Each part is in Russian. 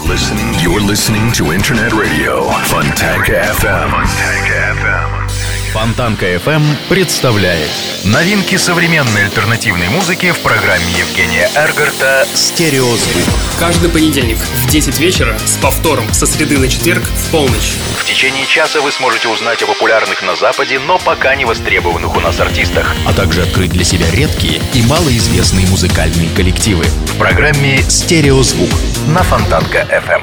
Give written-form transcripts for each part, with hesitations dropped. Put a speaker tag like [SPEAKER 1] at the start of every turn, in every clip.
[SPEAKER 1] You're listening to Internet Radio Fontanka FM.
[SPEAKER 2] Фонтанка FM представляет новинки современной альтернативной музыки в программе Евгения Эргарта «Стереозвук».
[SPEAKER 3] Каждый понедельник в 10 вечера с повтором со среды на четверг в полночь.
[SPEAKER 2] В течение часа вы сможете узнать о популярных на Западе, но пока не востребованных у нас артистах, а также открыть для себя редкие и малоизвестные музыкальные коллективы в программе «Стереозвук» на Фонтанка FM.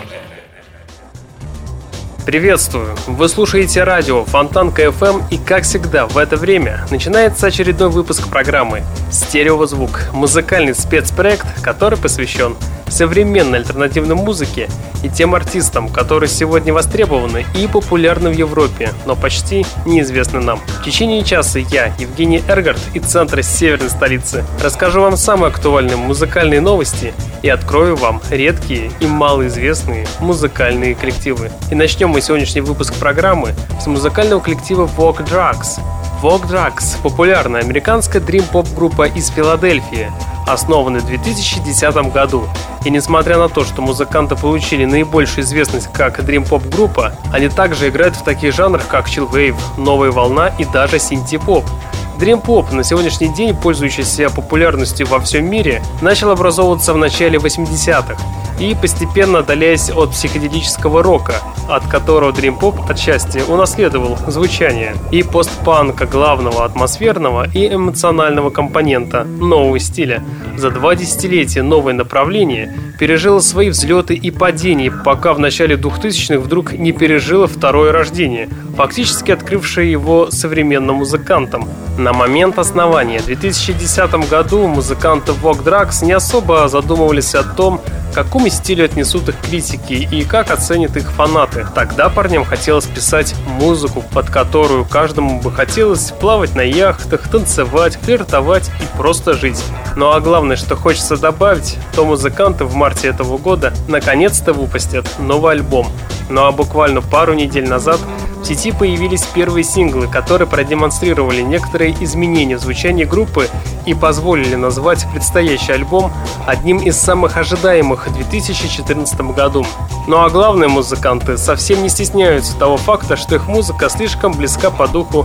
[SPEAKER 3] Приветствую! Вы слушаете радио Фонтанка FM, и, как всегда, в это время начинается очередной выпуск программы «Стереозвук» — музыкальный спецпроект, который посвящен современной альтернативной музыке и тем артистам, которые сегодня востребованы и популярны в Европе, но почти неизвестны нам. В течение часа я, Евгений Эргарт, из центра северной столицы, расскажу вам самые актуальные музыкальные новости и открою вам редкие и малоизвестные музыкальные коллективы. И начнем мы сегодняшний выпуск программы с музыкального коллектива Vogue Drugs. Vogue Drugs – популярная американская дрим-поп-группа из Филадельфии, основанная в 2010 году. И несмотря на то, что музыканты получили наибольшую известность как дрим-поп-группа, они также играют в таких жанрах, как чиллвейв, новая волна и даже синти-поп. Дрим-поп, на сегодняшний день пользующийся популярностью во всем мире, начал образовываться в начале 80-х и постепенно отдаляясь от психоделического рока, от которого дрим-поп отчасти унаследовал звучание, и постпанка, главного атмосферного и эмоционального компонента нового стиля. За 2 десятилетия новое направление пережило свои взлеты и падения, пока в начале 2000-х вдруг не пережило второе рождение, фактически открывшее его современным музыкантам. На момент основания в 2010 году музыканты Vogue Drugs не особо задумывались о том, к какому стилю отнесут их критики и как оценят их фанаты. Тогда парням хотелось писать музыку, под которую каждому бы хотелось плавать на яхтах, танцевать, флиртовать и просто жить. Ну а главное, что хочется добавить, то музыканты в марте этого года наконец-то выпустят новый альбом. Ну а буквально пару недель назад в сети появились первые синглы, которые продемонстрировали некоторые изменения в звучании группы и позволили назвать предстоящий альбом одним из самых ожидаемых в 2014 году. Ну а главное, музыканты совсем не стесняются того факта, что их музыка слишком близка по духу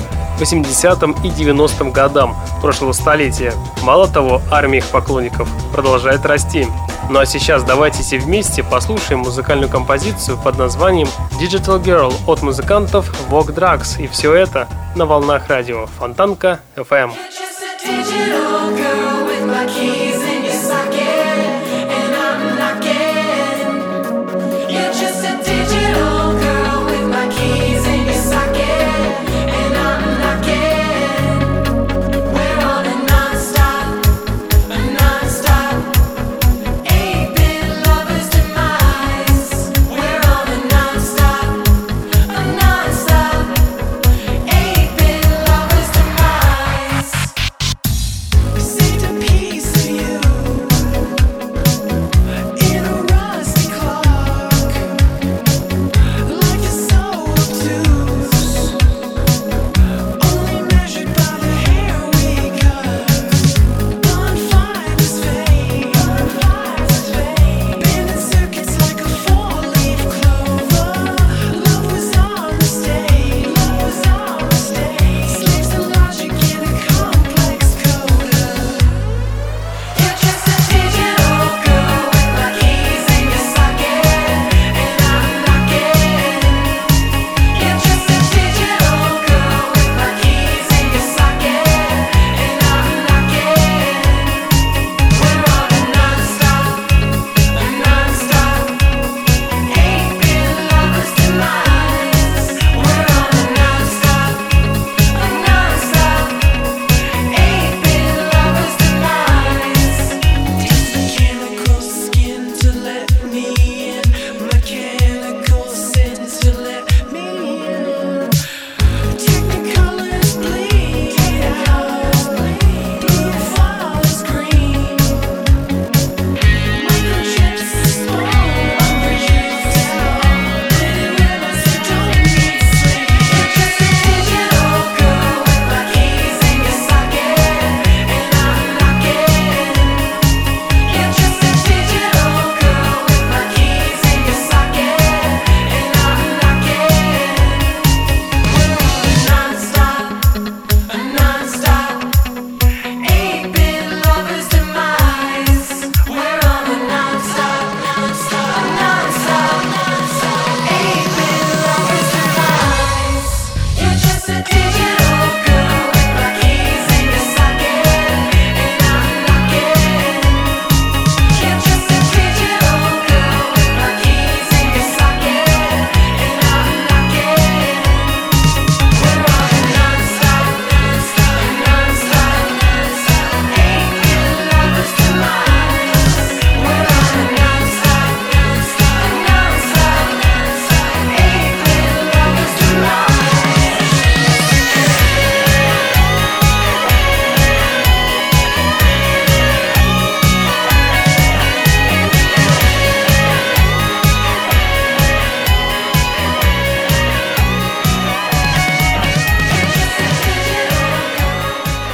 [SPEAKER 3] 80-м и 90-м годам прошлого столетия. Мало того, армия их поклонников продолжает расти. Ну а сейчас давайте все вместе послушаем музыкальную композицию под названием Digital Girl от музыкантов Vogue Drugs. И все это на волнах радио Фонтанка FM.
[SPEAKER 4] Peace.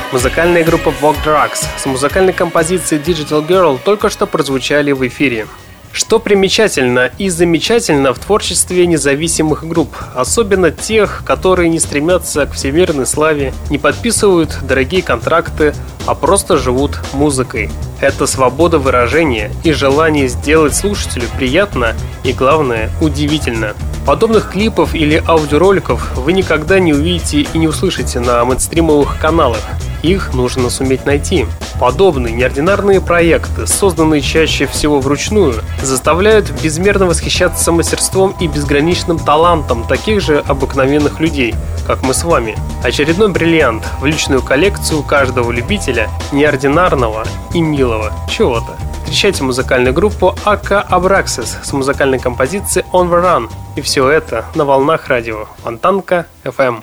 [SPEAKER 3] Музыкальная группа Vogue Drugs с музыкальной композицией Digital Girl только что прозвучали в эфире. Что примечательно и замечательно в творчестве независимых групп, особенно тех, которые не стремятся к всемирной славе, не подписывают дорогие контракты, а просто живут музыкой. Это свобода выражения и желание сделать слушателю приятно и, главное, удивительно. Подобных клипов или аудиороликов вы никогда не увидите и не услышите на мейнстримовых каналах. Их нужно суметь найти. Подобные неординарные проекты, созданные чаще всего вручную, заставляют безмерно восхищаться мастерством и безграничным талантом таких же обыкновенных людей, как мы с вами. Очередной бриллиант в личную коллекцию каждого любителя неординарного и милого чего-то. Встречайте музыкальную группу Akka Abraxas с музыкальной композицией On The Run. И все это на волнах радио Фонтанка FM.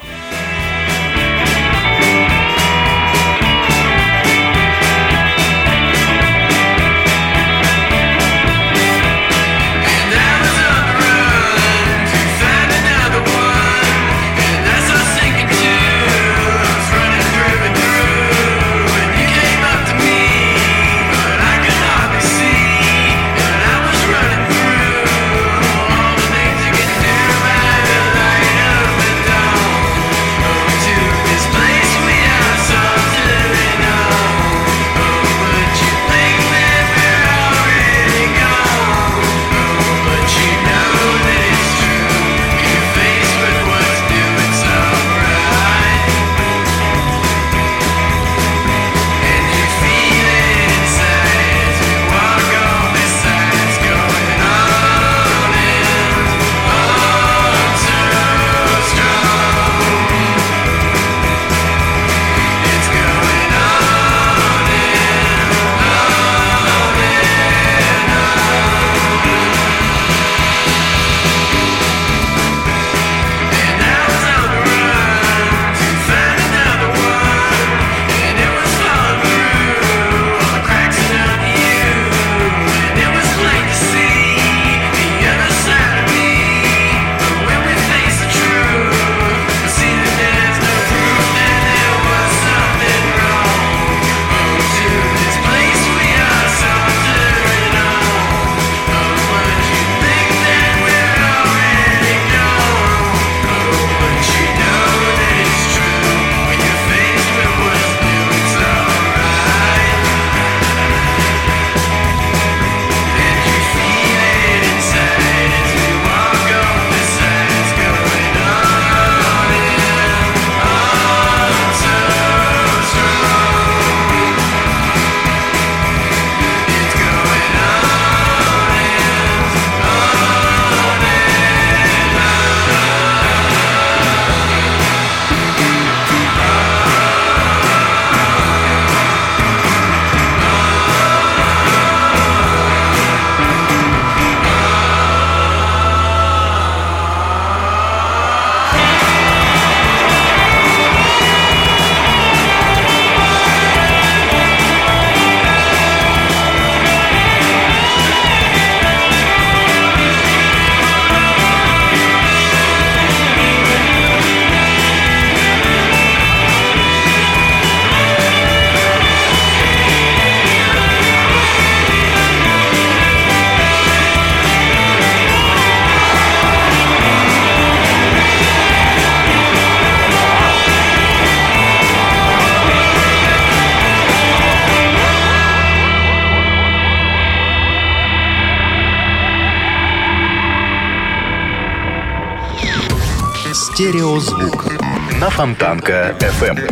[SPEAKER 2] Стереозвук на Фонтанка FM.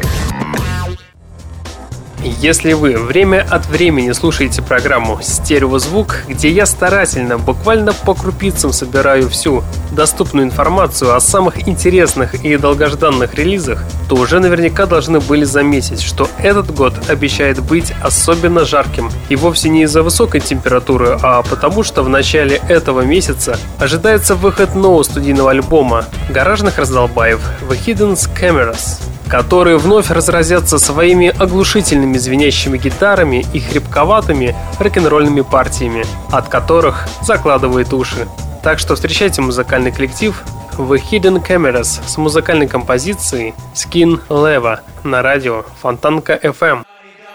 [SPEAKER 3] Если вы время от времени слушаете программу «Стереозвук», где я старательно, буквально по крупицам собираю всю доступную информацию о самых интересных и долгожданных релизах, то уже наверняка должны были заметить, что этот год обещает быть особенно жарким. И вовсе не из-за высокой температуры, а потому что в начале этого месяца ожидается выход нового студийного альбома гаражных раздолбаев The Hidden Cameras, которые вновь разразятся своими оглушительными звенящими гитарами и хрипковатыми рок-н-ролльными партиями, от которых закладывает уши. Так что встречайте музыкальный коллектив The Hidden Cameras с музыкальной композицией Skin Leva на радио Фонтанка FM.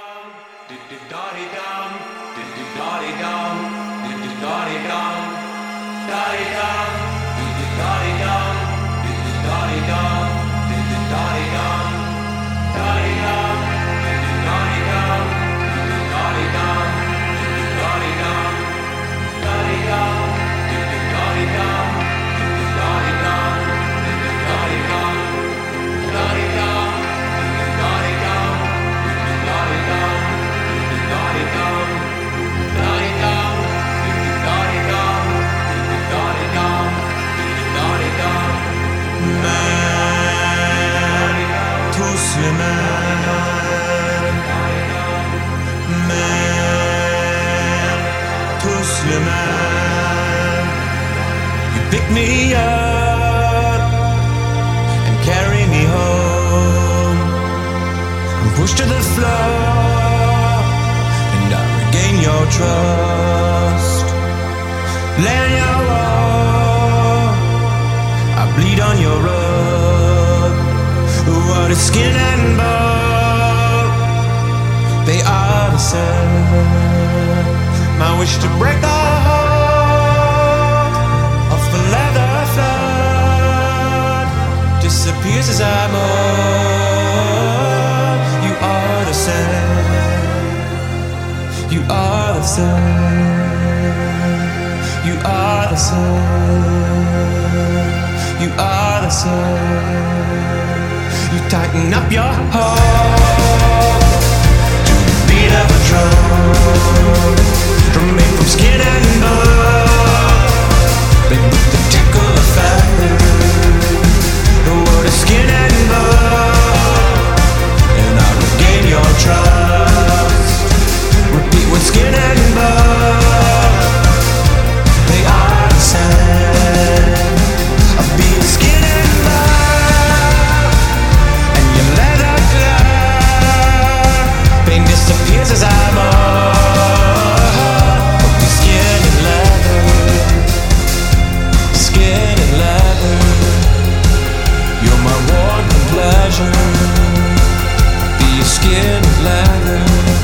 [SPEAKER 4] Pick me up and carry me home. I'm pushed to the floor and I regain your trust. Lay on your wall, I bleed on your rug. What is skin and bone? They are the same. My wish to break the leather flood disappears as I'm on. You are the same. You are the same. You are the same. You are the same. You tighten up your heart to the beat of a drum, made from skin and bone. But with the tickle of fire, the word is skin and bone, and I regain your trust. Repeat with skin and bone. They are the same. I'll be skin and bone, and your leather glove. Pain disappears as I'm on. I'll be skin and leather. Skin and leather, you're my wanton pleasure. Be your skin and leather.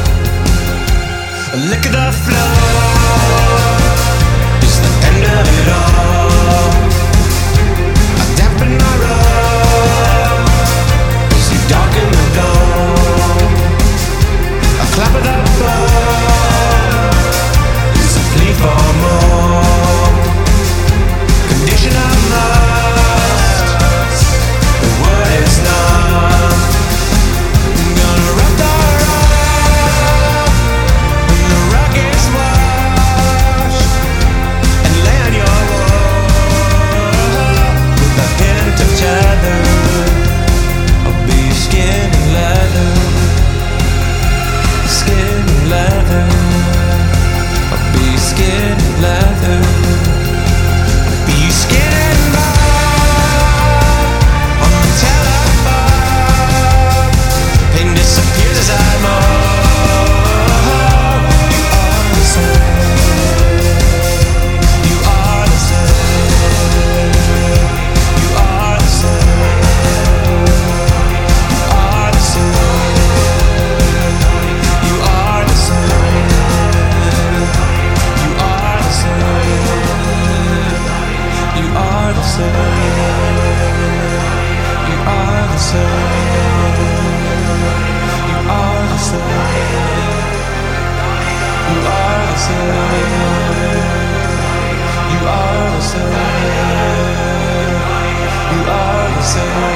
[SPEAKER 4] A lick of the floor is the end of it all. I dampen my rug as you darken the dawn. A clap of the ball is a plea for more. Condition I must, the word is none. I'm gonna wrap the rug when the rug is washed and lay on your wall with a hint of tether. I'll be skin and leather, skin and leather. I'll be skin and leather. Skin and bone on the telephone. Pain disappears as I'm on. You are the same. You are the same. You are the same. You are the same. You are the same. You are the same. You are the same. You are the same. You are the same. You are the same. You are the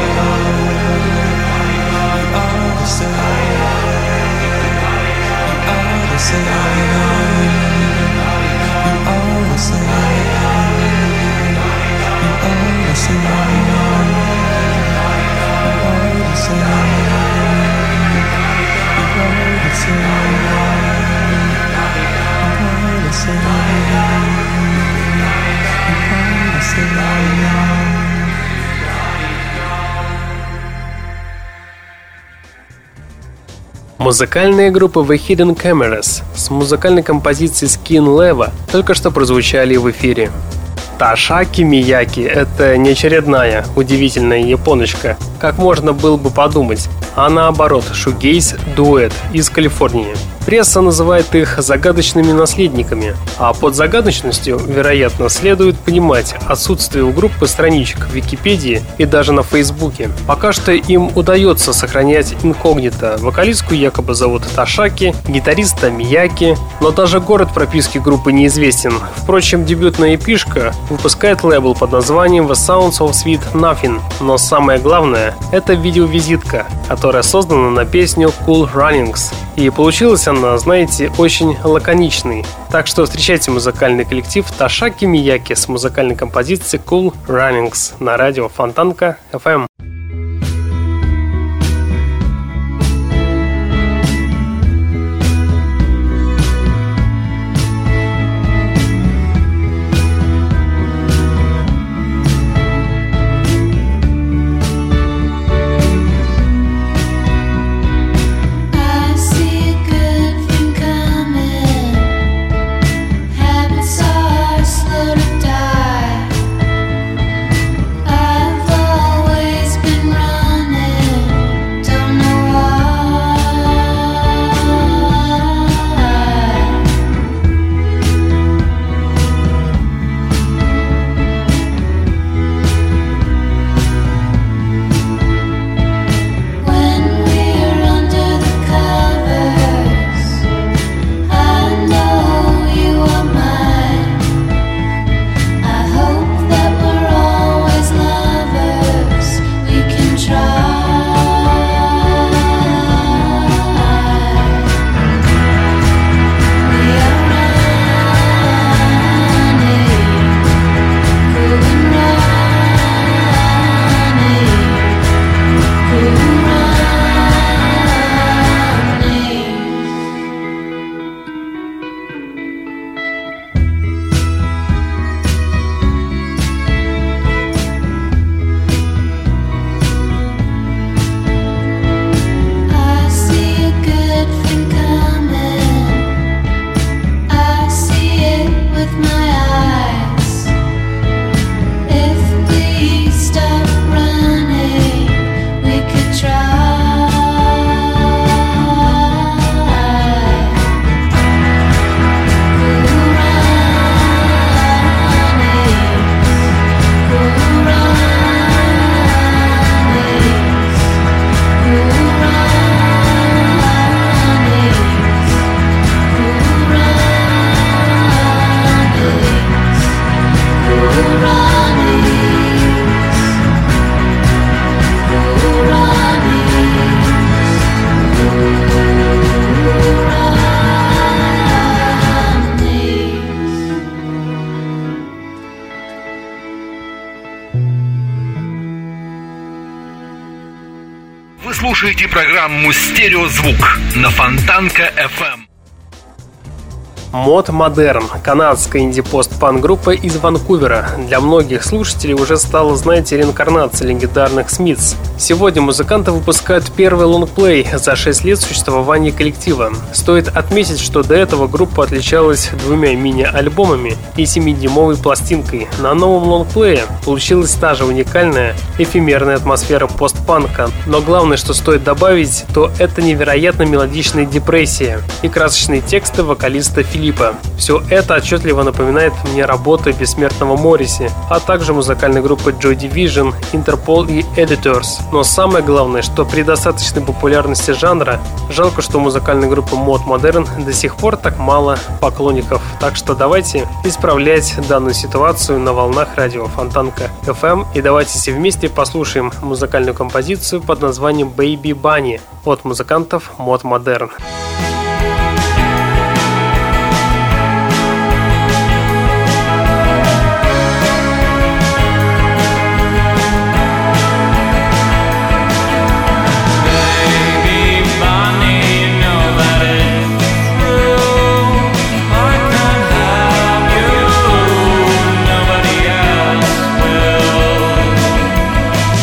[SPEAKER 3] Музыкальные группы The Hidden Cameras с музыкальной композицией Skin Leva только что прозвучали в эфире. Тошаки Мияки – это не очередная удивительная японочка, как можно было бы подумать, а наоборот, шугейз-дуэт из Калифорнии. Пресса называет их загадочными наследниками, а под загадочностью, вероятно, следует понимать отсутствие у группы страничек в Википедии и даже на Фейсбуке. Пока что им удается сохранять инкогнито. Вокалистку якобы зовут Тошаки, гитариста Мияки, но даже город прописки группы неизвестен. Впрочем, дебютная эпишка выпускает лейбл под названием The Sounds of Sweet Nothing. Но самое главное – это видеовизитка, которая создана на песню Cool Runnings. И получилась она, знаете, очень лаконичной. Так что встречайте музыкальный коллектив Тошаки Мияки с музыкальной композицией Cool Runnings на радио Фонтанка FM.
[SPEAKER 2] Вы слушаете программу «Стереозвук» на Фонтанка FM.
[SPEAKER 3] Mod Modern – канадская инди-пост-панк-группа из Ванкувера. Для многих слушателей уже стала, знаете, реинкарнацией легендарных Смитс. Сегодня музыканты выпускают первый лонгплей за 6 лет существования коллектива. Стоит отметить, что до этого группа отличалась 2 мини-альбомами и 7-дюймовой пластинкой. На новом лонгплее получилась та же уникальная эфемерная атмосфера постпанка. Но главное, что стоит добавить, то это невероятно мелодичная депрессия и красочные тексты вокалиста Филиппа. Все это отчетливо напоминает мне работы бессмертного Морриси, а также музыкальной группы Joy Division, Interpol и Editors. Но самое главное, что при достаточной популярности жанра, жалко, что у музыкальной группы Mod Modern до сих пор так мало поклонников. Так что давайте исправлять данную ситуацию на волнах радио Фонтанка FM и давайте все вместе послушаем музыкальную композицию под названием Baby Bunny от музыкантов Mod Modern.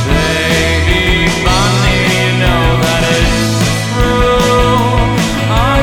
[SPEAKER 5] I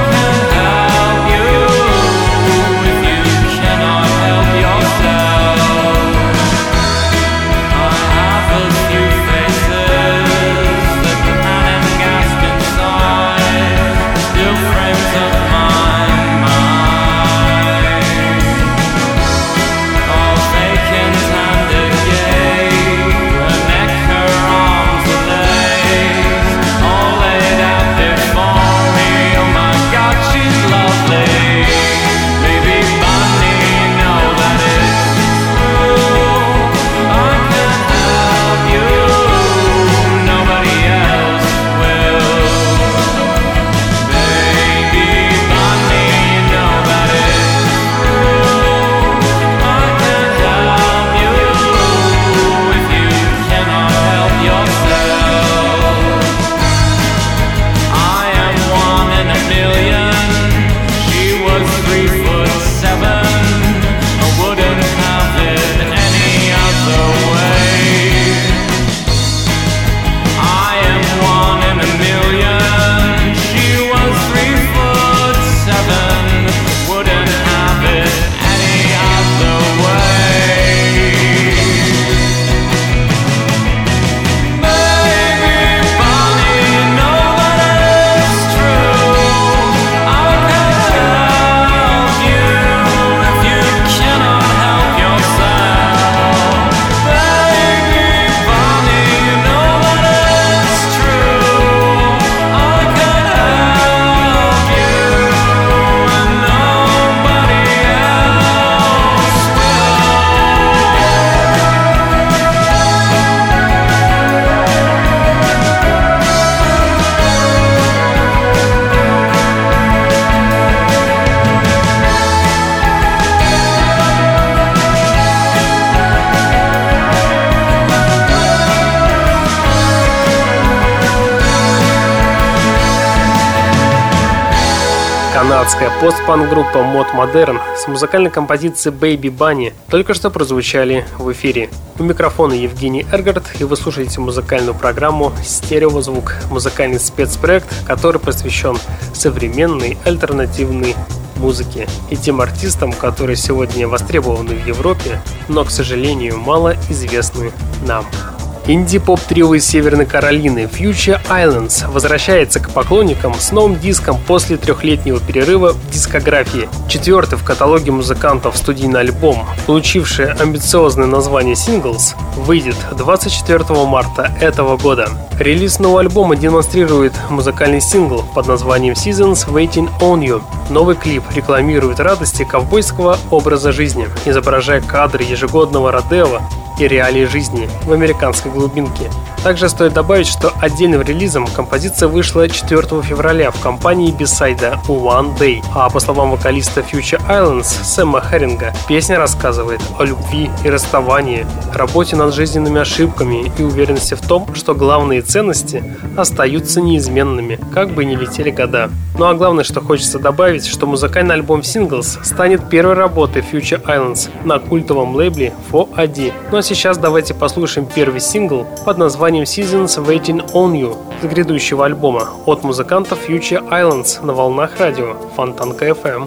[SPEAKER 3] канадская постпанк-группа Mod Modern с музыкальной композицией Baby Bunny только что прозвучали в эфире. У микрофона Евгений Эргард, и вы слушаете музыкальную программу «Стереозвук», музыкальный спецпроект, который посвящен современной альтернативной музыке и тем артистам, которые сегодня востребованы в Европе, но, к сожалению, мало известны нам. Инди-поп-трио из Северной Каролины Future Islands возвращается к поклонникам с новым диском после трехлетнего перерыва в дискографии. Четвертый в каталоге музыкантов студийный альбом, получивший амбициозное название Singles, выйдет 24 марта этого года. Релиз нового альбома демонстрирует музыкальный сингл под названием Seasons Waiting on You. Новый клип рекламирует радости ковбойского образа жизни, изображая кадры ежегодного родео и реалии жизни в американской глубинке. Также стоит добавить, что отдельным релизом композиция вышла 4 февраля в компании бисайда One Day, а по словам вокалиста Future Islands Сэма Херинга, песня рассказывает о любви и расставании, работе над жизненными ошибками и уверенности в том, что главные ценности остаются неизменными, как бы ни летели года. Ну а главное, что хочется добавить, что музыкальный альбом Singles станет первой работой Future Islands на культовом лейбле 4AD. Ну а сейчас давайте послушаем первый сингл под названием Seasons Waiting on You с грядущего альбома от музыкантов Future Islands на волнах радио Фонтанка FM.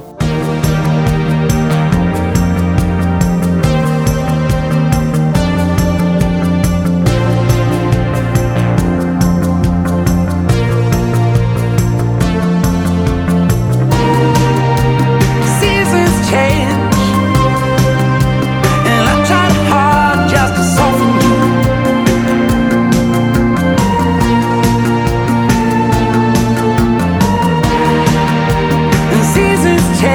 [SPEAKER 5] Seasons change.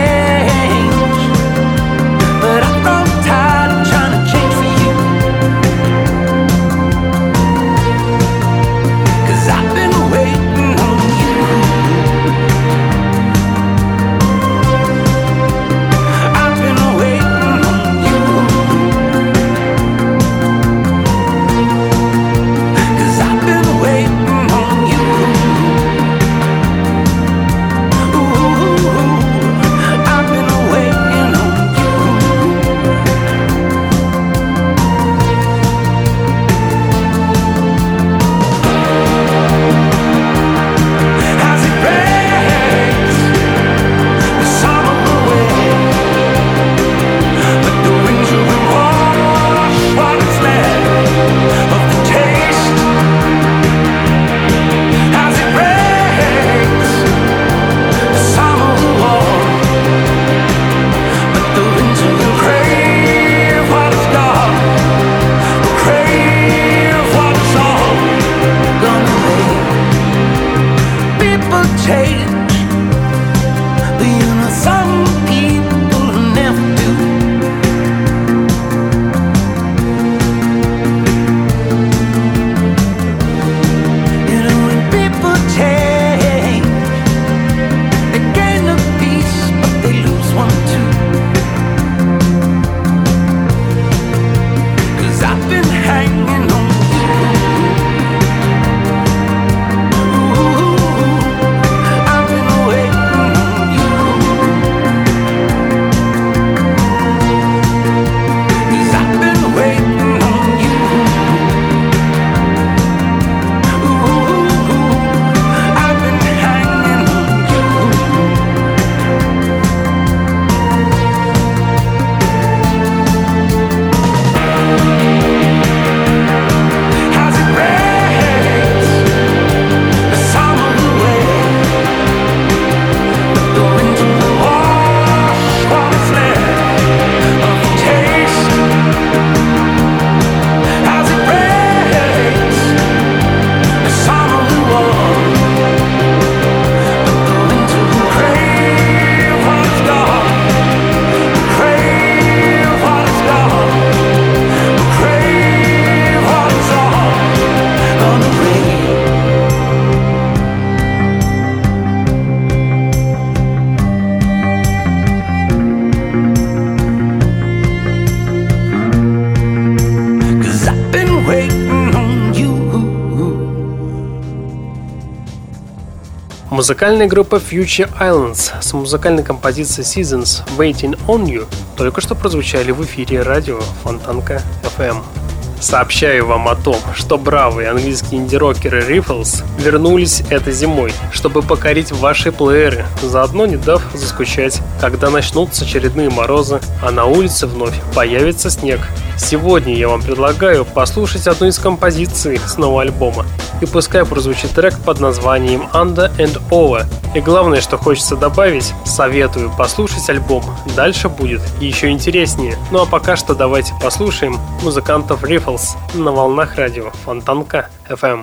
[SPEAKER 3] Музыкальная группа Future Islands с музыкальной композицией Seasons Waiting on You только что прозвучали в эфире радио Фонтанка FM. Сообщаю вам о том, что бравые английские инди-рокеры Riffles вернулись этой зимой, чтобы покорить ваши плееры, заодно не дав заскучать, когда начнутся очередные морозы, а на улице вновь появится снег. Сегодня я вам предлагаю послушать одну из композиций с нового альбома. И пускай прозвучит трек под названием Under and Over. И главное, что хочется добавить, советую послушать альбом. Дальше будет еще интереснее. Ну а пока что давайте послушаем музыкантов Riffles на волнах радио Фонтанка FM.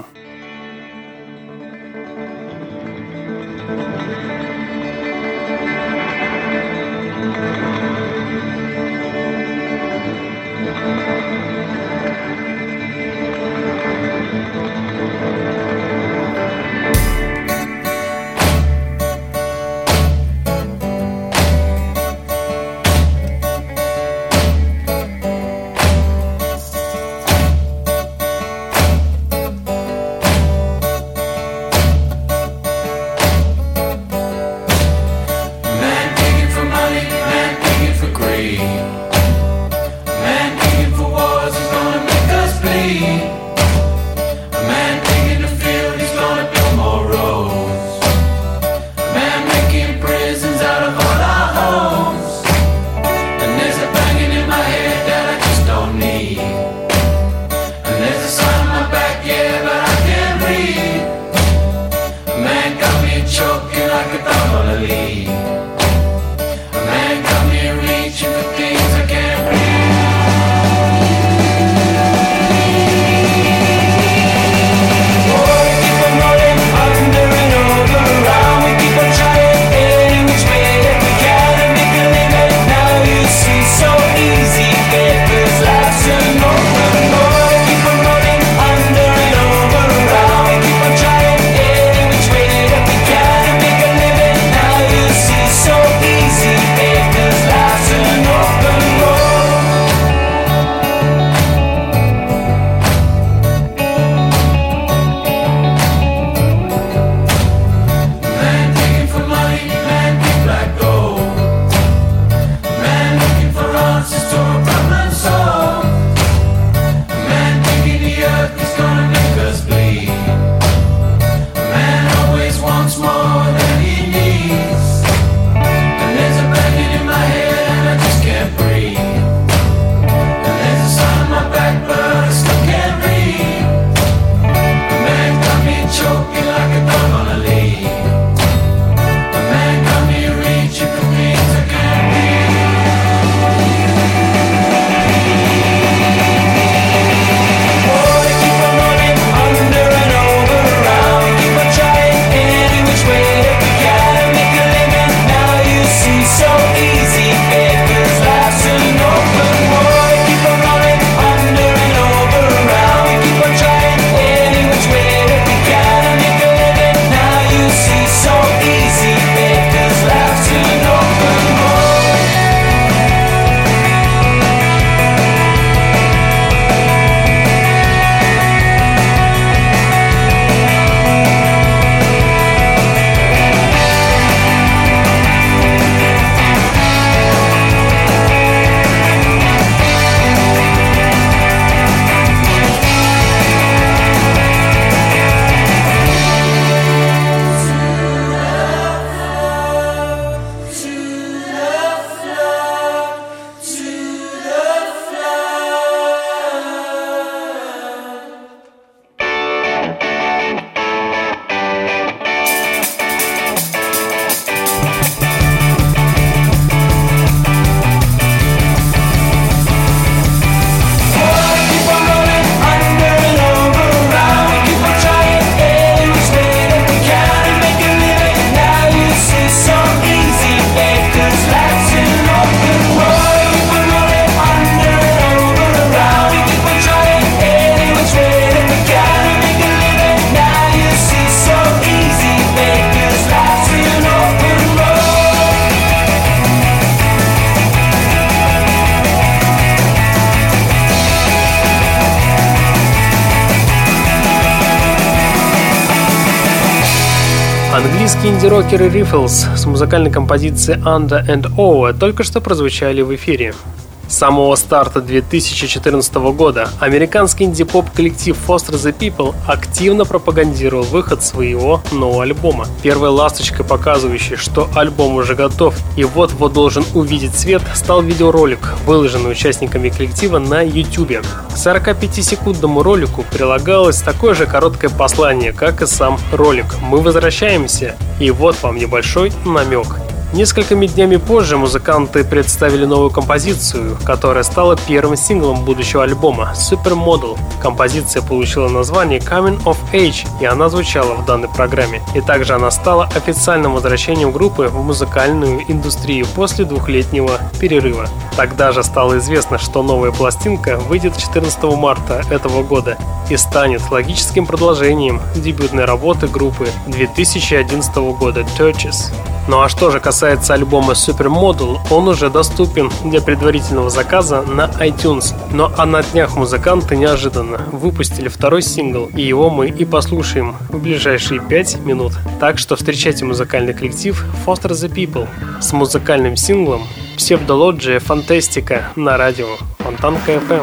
[SPEAKER 3] Английские инди-рокеры Riffles с музыкальной композицией Under and Over только что прозвучали в эфире. С самого старта 2014 года американский инди-поп-коллектив Foster the People активно пропагандировал выход своего нового альбома. Первой ласточкой, показывающей, что альбом уже готов и вот-вот должен увидеть свет, стал видеоролик, выложенный участниками коллектива на YouTube. К 45-секундному ролику прилагалось такое же короткое послание, как и сам ролик. Мы возвращаемся, и вот вам небольшой намек. Несколькими днями позже музыканты представили новую композицию, которая стала первым синглом будущего альбома Supermodel. Композиция получила название Coming of Age, и она звучала в данной программе. И также она стала официальным возвращением группы в музыкальную индустрию после двухлетнего перерыва. Тогда же стало известно, что новая пластинка выйдет 14 марта этого года и станет логическим продолжением дебютной работы группы 2011 года Torches. Ну а что же касается альбома Supermodel, он уже доступен для предварительного заказа на iTunes. Ну а на днях музыканты неожиданно выпустили второй сингл, и его мы и послушаем в ближайшие 5 минут. Так что встречайте музыкальный коллектив Foster the People с музыкальным синглом Pseudologia Fantastica на радио Фонтанка FM.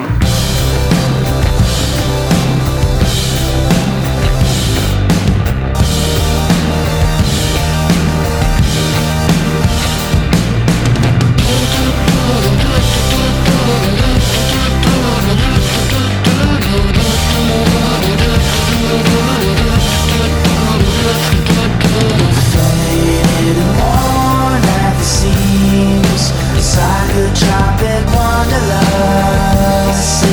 [SPEAKER 4] Like a tropic wanderlust.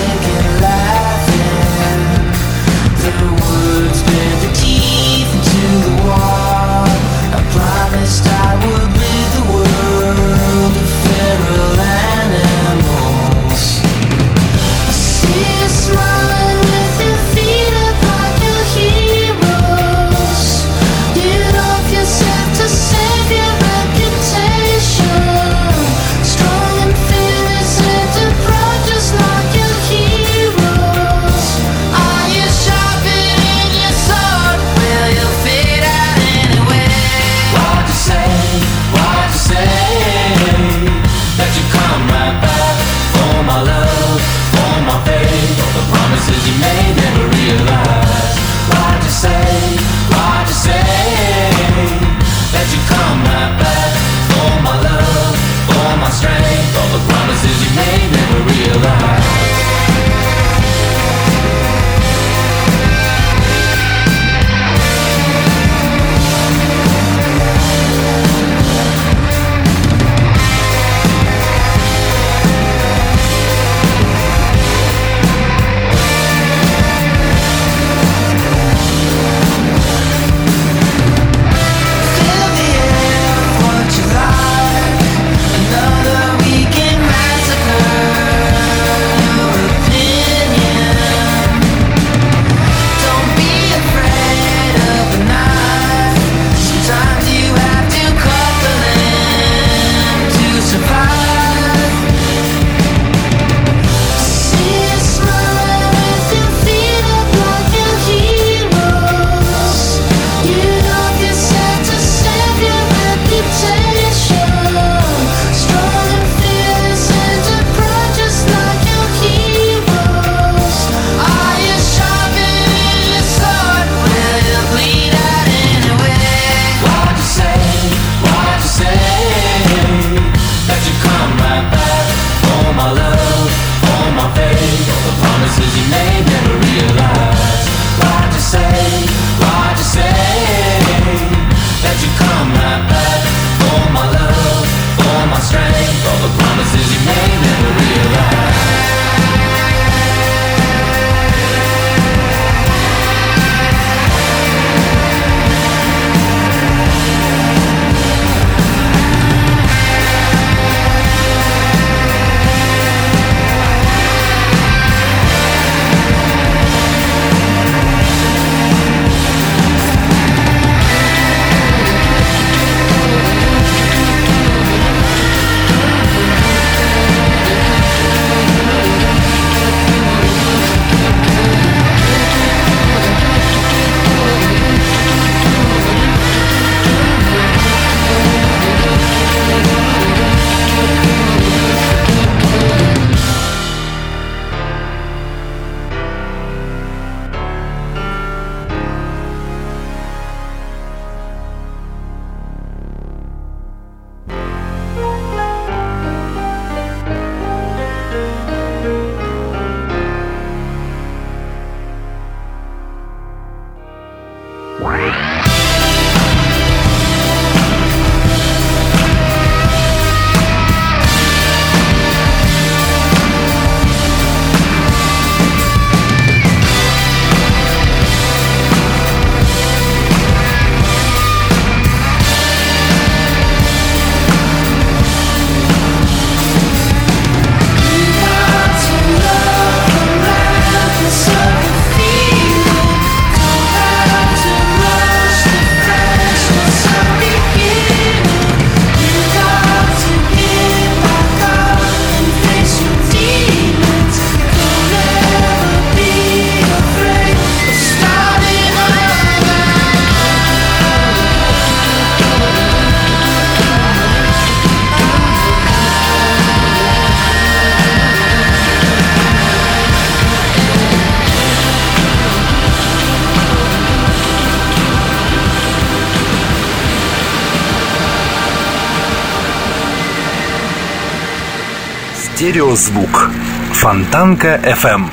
[SPEAKER 1] Стереозвук. Фонтанка FM.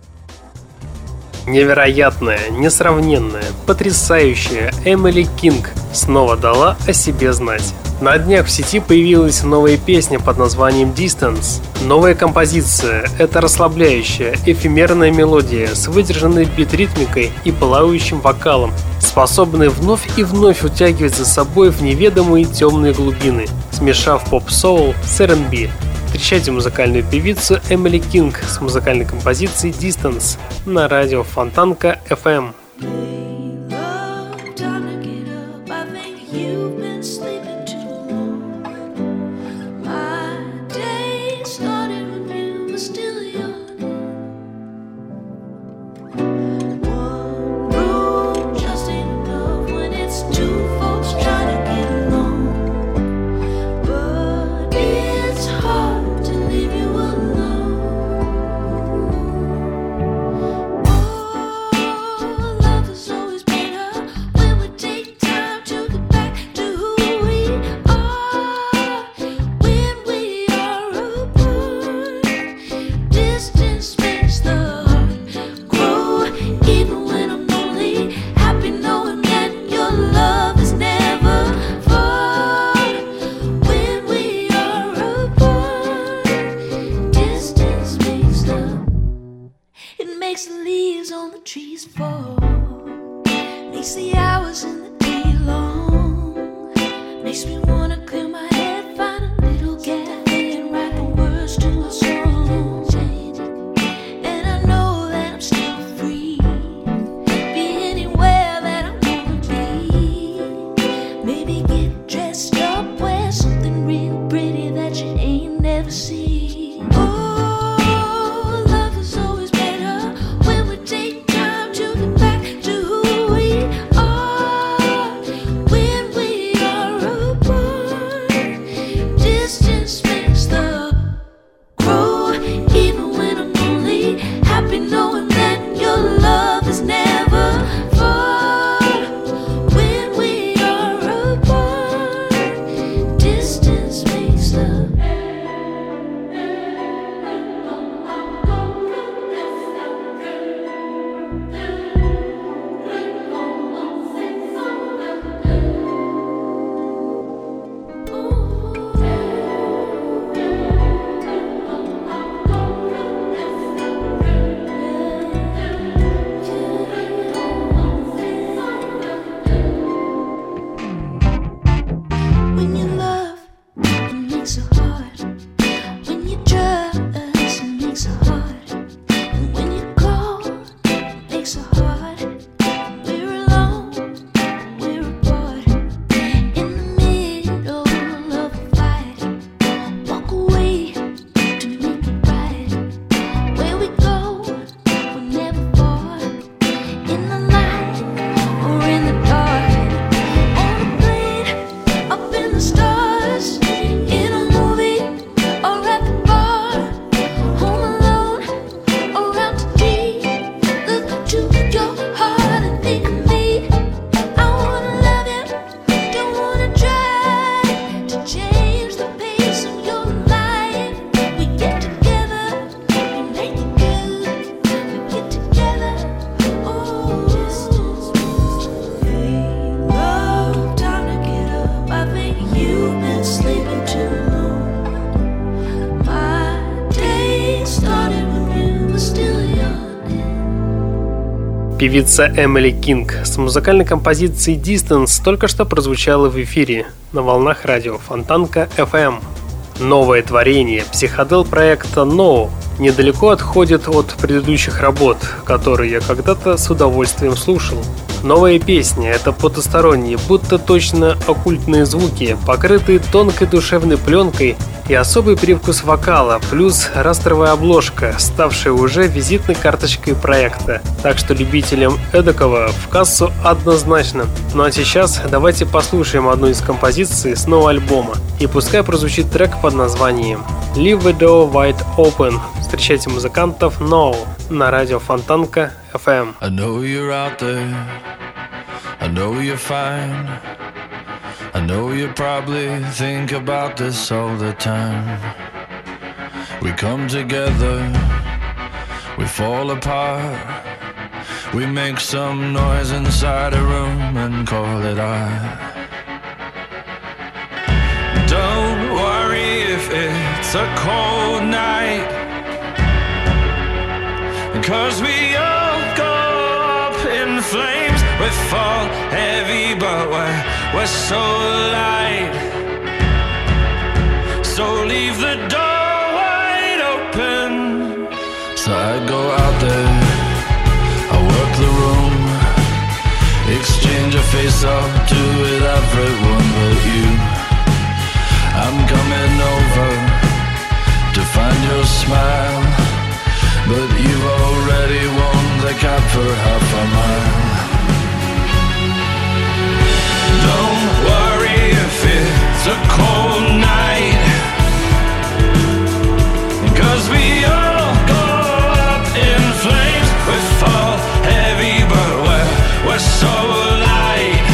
[SPEAKER 3] Невероятная, несравненная, потрясающая Эмили Кинг снова дала о себе знать. На днях в сети появилась новая песня под названием «Distance». Новая композиция – это расслабляющая, эфемерная мелодия с выдержанной бит-ритмикой и плавающим вокалом, способная вновь и вновь утягивать за собой в неведомые темные глубины, смешав поп-соул с R&B. Встречайте музыкальную певицу Эмили Кинг с музыкальной композицией «Distance» на радио Фонтанка FM. Певица Эмили Кинг с музыкальной композицией «Distance» только что прозвучала в эфире на волнах радио Фонтанка FM. Новое творение психодел-проекта No недалеко отходит от предыдущих работ, которые я когда-то с удовольствием слушал. Новая песня — это потусторонние, будто точно оккультные звуки, покрытые тонкой душевной пленкой и особый привкус вокала, плюс растровая обложка, ставшая уже визитной карточкой проекта. Так что любителям эдакого в кассу однозначно. Ну а сейчас давайте послушаем одну из композиций с нового альбома. И пускай прозвучит трек под названием Leave the Door Wide Open. Встречайте музыкантов No на радио Фонтанка FM.
[SPEAKER 5] I know you're out there, I know you're fine, I know you probably think about this all the time. We come together, we fall apart. We make some noise inside a room and call it art. Don't worry if it's a cold night, 'cause we all go up in flames. We fall heavy but we're so light. So leave the door wide open. So I go out there, I work the room, exchange a face or two with everyone but you. I'm coming over to find your smile, but you've already won the cab for half a mile. Don't worry if it's a cold night, 'cause we all go up in flames. We fall heavy but we're so light.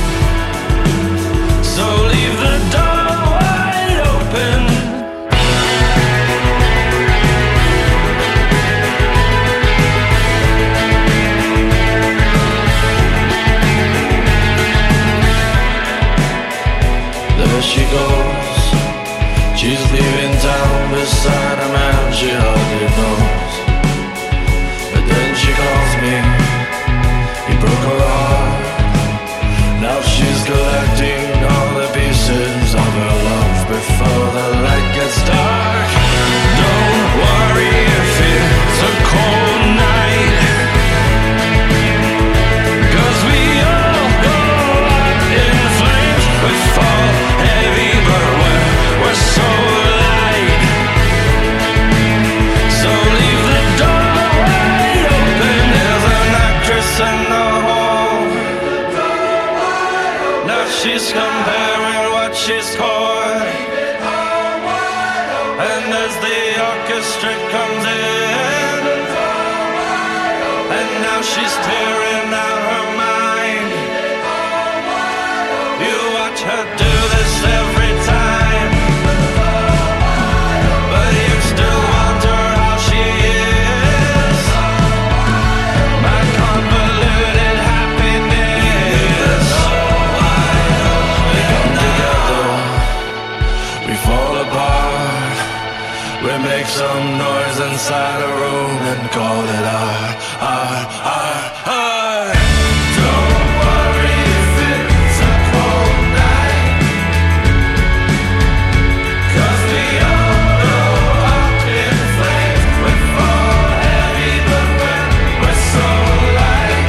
[SPEAKER 5] So leave the door wide open. There she goes, she's leaving town beside a man she hardly knows. But then she calls me, he broke her heart. Now she's collecting all the pieces of her love before the light gets dark. Don't worry if it's a cold night, 'cause we all go up in flames. We fall heavy but we're so light. So leave the door wide open. There's an actress in the hall. Now she's comparing what she's scored. And as the orchestra comes in, and now she's tearing out her mind. You watch her do this every time, but you still wonder how she is. My convoluted happiness. We come together, we fall apart. We make some noise inside a room and call it art. Don't worry if it's a cold night, 'cause we all go up in flames. We fall heavy but we're so light.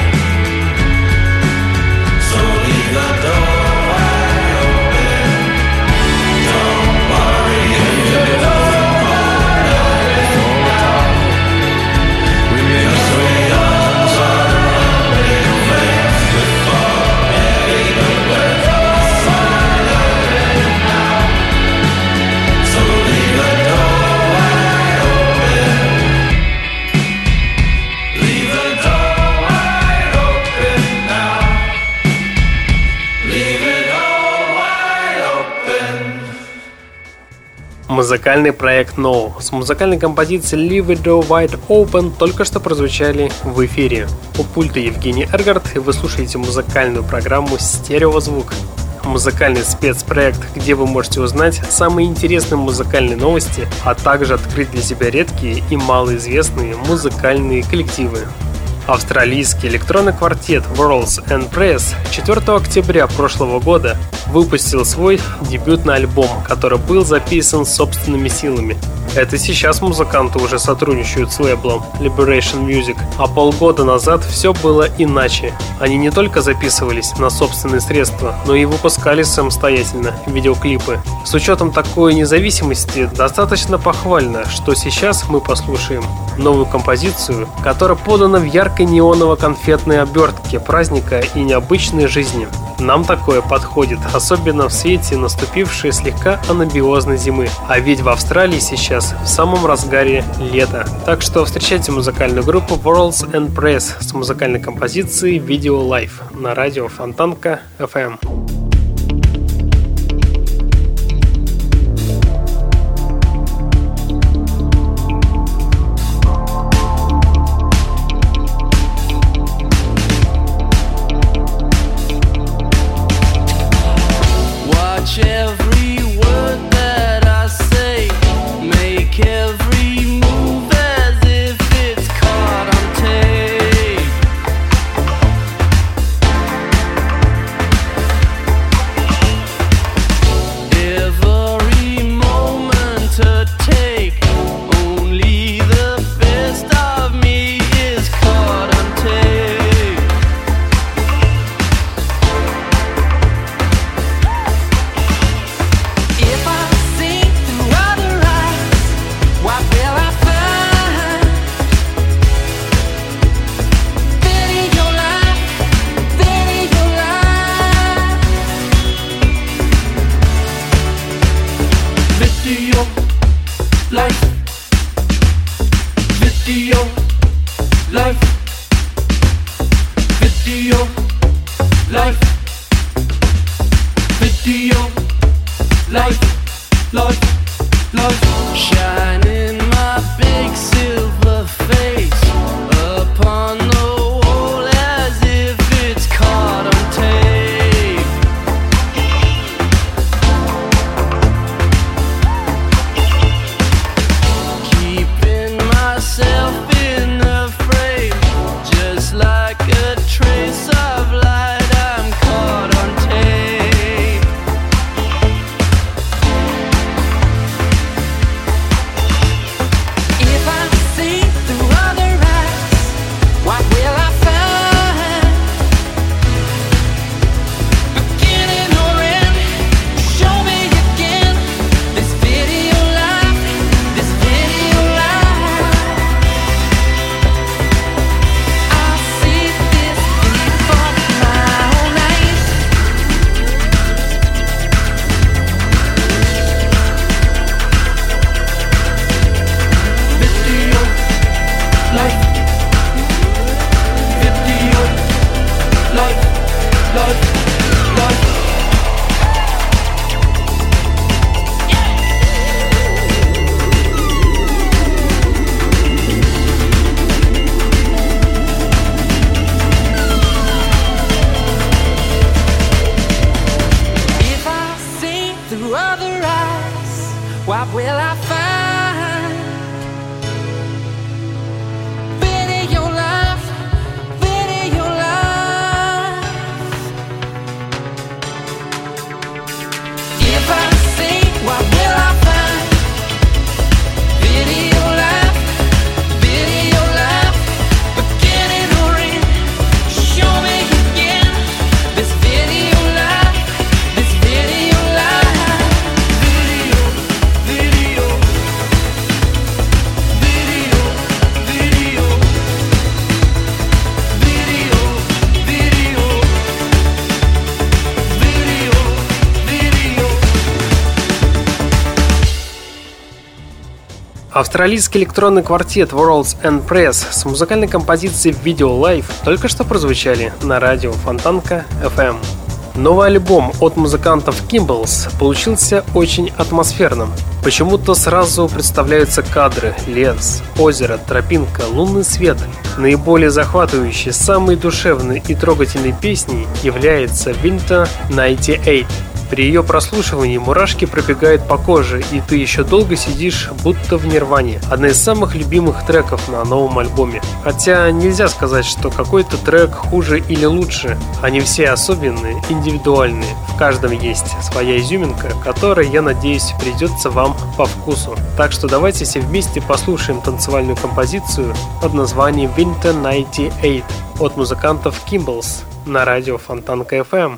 [SPEAKER 5] So leave the door wide open. Don't worry if the door wide open. We make sweet arms inside a room in flames. We fall heavy but we're so light now. So leave the door wide open. Leave the door wide open now. Leave it all wide open.
[SPEAKER 3] Музыкальный проект No с музыкальной композицией Leave the Door Wide Open только что прозвучали в эфире. У пульта Евгений Эргард, и вы слушаете музыкальную программу «Стереозвук». Музыкальный спецпроект, где вы можете узнать самые интересные музыкальные новости, а также открыть для себя редкие и малоизвестные музыкальные коллективы. Австралийский электронный квартет Worlds and Press 4 октября прошлого года выпустил свой дебютный альбом, который был записан собственными силами. Это сейчас музыканты уже сотрудничают с лейблом Liberation Music, а полгода назад все было иначе. Они не только записывались на собственные средства, но и выпускали самостоятельно видеоклипы. С учетом такой независимости достаточно похвально, что сейчас мы послушаем новую композицию, которая подана в яркой неоново-конфетной обертке праздника и необычной жизни. Нам такое подходит, особенно в свете наступившей слегка анабиозной зимы. А ведь в Австралии сейчас в самом разгаре лета. Так что встречайте музыкальную группу Worlds and Press с музыкальной композицией Video Life на радио Фонтанка FM.
[SPEAKER 5] life, video, life, video, life, life, life. Shining my big silver face upon the wall as if it's caught on tape. Keeping myself in a frame, just like a trace of light, I'm caught on tape. If I see through other eyes, what will I find? Beginning or end, show me again this video life, this video life. I see this before my own eyes. Video life, video life, life, life. If I see through other eyes, what will I find? Video life, video life. If I see, what will I find? Video life, video life. Beginning or end, show me again this video life, this video life. Video, video, video, video, video, video, video, video.
[SPEAKER 3] Австралийский электронный квартет Worlds and Press с музыкальной композицией Video Life только что прозвучали на радио Фонтанка FM. Новый альбом от музыкантов Kimballs получился очень атмосферным. Почему-то сразу представляются кадры: лес, озеро, тропинка, лунный свет. Наиболее захватывающей, самой душевной и трогательной песней является Winter 98. При ее прослушивании мурашки пробегают по коже, и ты еще долго сидишь, будто в нирване. Одна из самых любимых треков на новом альбоме. Хотя нельзя сказать, что какой-то трек хуже или лучше. Они все особенные, индивидуальные. В каждом есть своя изюминка, которая, я надеюсь, придется вам по вкусу. Так что давайте все вместе послушаем танцевальную композицию под названием Winter 98 от музыкантов Kimballs на радио Фонтанка FM.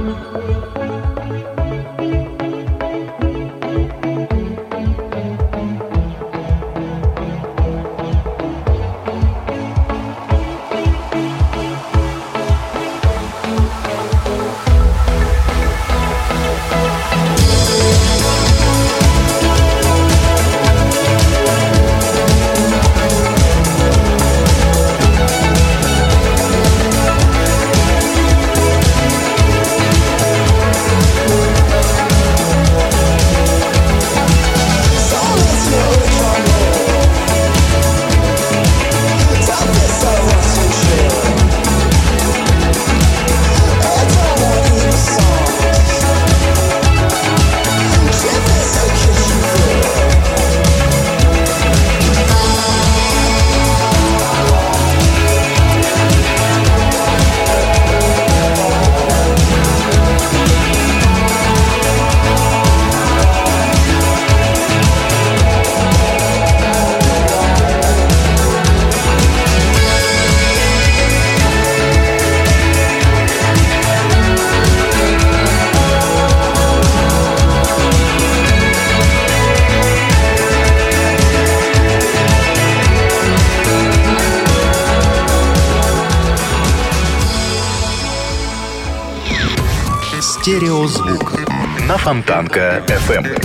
[SPEAKER 2] Стереозвук на Фонтанка FM.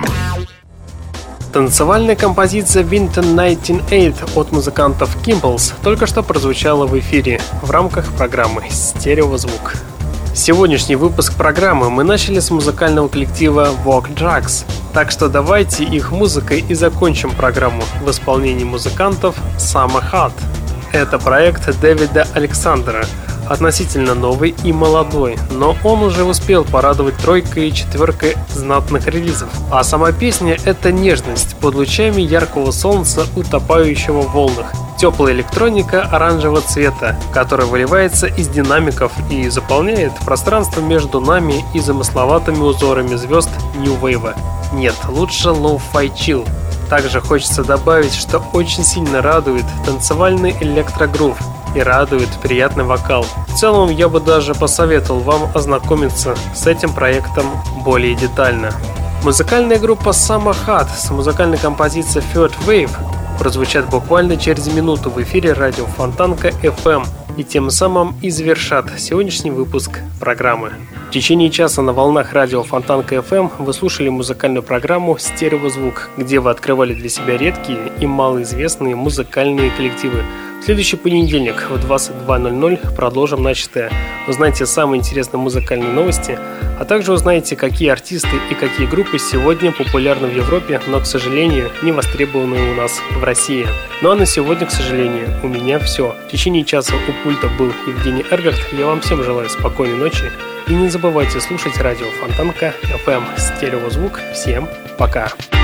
[SPEAKER 3] Танцевальная композиция Winter 1998 от музыкантов Kimbals только что прозвучала в эфире в рамках программы «Стереозвук». Сегодняшний выпуск программы мы начали с музыкального коллектива Vogue Drugs, так что давайте их музыкой и закончим программу в исполнении музыкантов Summer Hot. Это проект Дэвида Александера, относительно новый и молодой, но он уже успел порадовать тройкой и четверкой знатных релизов. А сама песня — это нежность под лучами яркого солнца, утопающего в волнах. Теплая электроника оранжевого цвета, которая выливается из динамиков и заполняет пространство между нами и замысловатыми узорами звезд New Wave. Нет, лучше Lo-Fi Chill. Также хочется добавить, что очень сильно радует танцевальный электрогрув и радует приятный вокал. В целом, я бы даже посоветовал вам ознакомиться с этим проектом более детально. Музыкальная группа Summer Hot с музыкальной композицией Third Wave прозвучат буквально через минуту в эфире радио Фонтанка FM и тем самым и завершат сегодняшний выпуск программы. В течение часа на волнах радио Фонтанка FM вы слушали музыкальную программу «Стереозвук», где вы открывали для себя редкие и малоизвестные музыкальные коллективы. В следующий понедельник в 22:00 продолжим начатое. Узнаете самые интересные музыкальные новости, а также узнаете, какие артисты и какие группы сегодня популярны в Европе, но, к сожалению, не востребованы у нас в России. Ну а на сегодня, к сожалению, у меня все. В течение часа у пульта был Евгений Эргард. Я вам всем желаю спокойной ночи. И не забывайте слушать радио Фонтанка FM «Стереозвук». Всем пока!